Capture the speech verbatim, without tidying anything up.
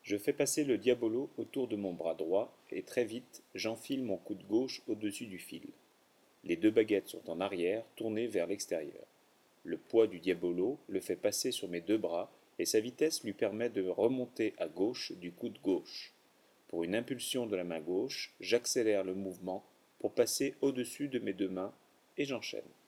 Je fais passer le diabolo autour de mon bras droit et très vite j'enfile mon coude gauche au-dessus du fil. Les deux baguettes sont en arrière, tournées vers l'extérieur. Le poids du diabolo le fait passer sur mes deux bras et sa vitesse lui permet de remonter à gauche du coude gauche. Pour une impulsion de la main gauche, j'accélère le mouvement pour passer au-dessus de mes deux mains et j'enchaîne.